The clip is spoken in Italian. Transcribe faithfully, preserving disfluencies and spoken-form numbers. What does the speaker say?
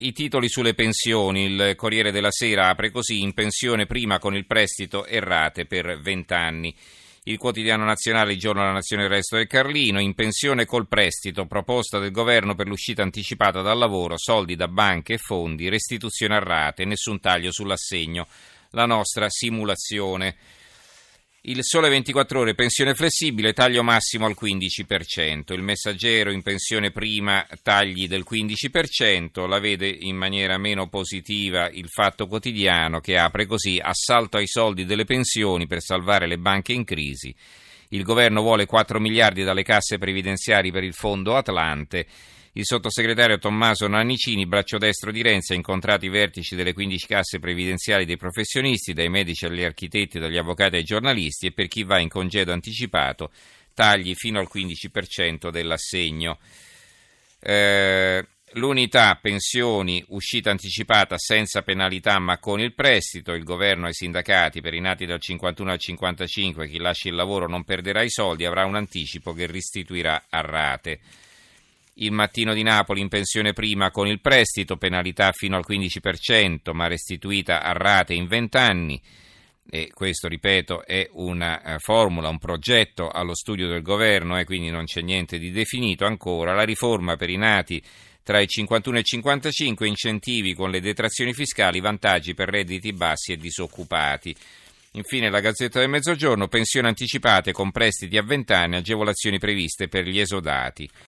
I titoli sulle pensioni, il Corriere della Sera apre così: in pensione prima con il prestito e rate per vent'anni. Il Quotidiano Nazionale, il Giorno della Nazione, il Resto del Carlino: in pensione col prestito, proposta del governo per l'uscita anticipata dal lavoro, soldi da banche e fondi, restituzione a rate, nessun taglio sull'assegno, la nostra simulazione. Il Sole ventiquattro Ore, pensione flessibile, taglio massimo al quindici per cento. Il Messaggero, in pensione prima, tagli del quindici per cento. La vede in maniera meno positiva il Fatto Quotidiano, che apre così: assalto ai soldi delle pensioni per salvare le banche in crisi. Il governo vuole quattro miliardi dalle casse previdenziari per il fondo Atlante. Il sottosegretario Tommaso Nannicini, braccio destro di Renzi, ha incontrato i vertici delle quindici casse previdenziali dei professionisti, dai medici agli architetti, dagli avvocati ai giornalisti, e per chi va in congedo anticipato tagli fino al quindici per cento dell'assegno. Eh, l'unità pensioni, uscita anticipata senza penalità ma con il prestito. Il governo ai sindacati: per i nati dal cinquantuno al cinquantacinque, chi lascia il lavoro non perderà i soldi, avrà un anticipo che restituirà a rate. Il Mattino di Napoli: in pensione prima con il prestito, penalità fino al quindici per cento ma restituita a rate in vent'anni. E questo, ripeto, è una uh, formula, un progetto allo studio del governo, e eh, quindi non c'è niente di definito ancora. La riforma per i nati tra i cinquantuno e i cinquantacinque: incentivi con le detrazioni fiscali, vantaggi per redditi bassi e disoccupati. Infine la Gazzetta del Mezzogiorno: pensioni anticipate con prestiti a vent'anni, agevolazioni previste per gli esodati.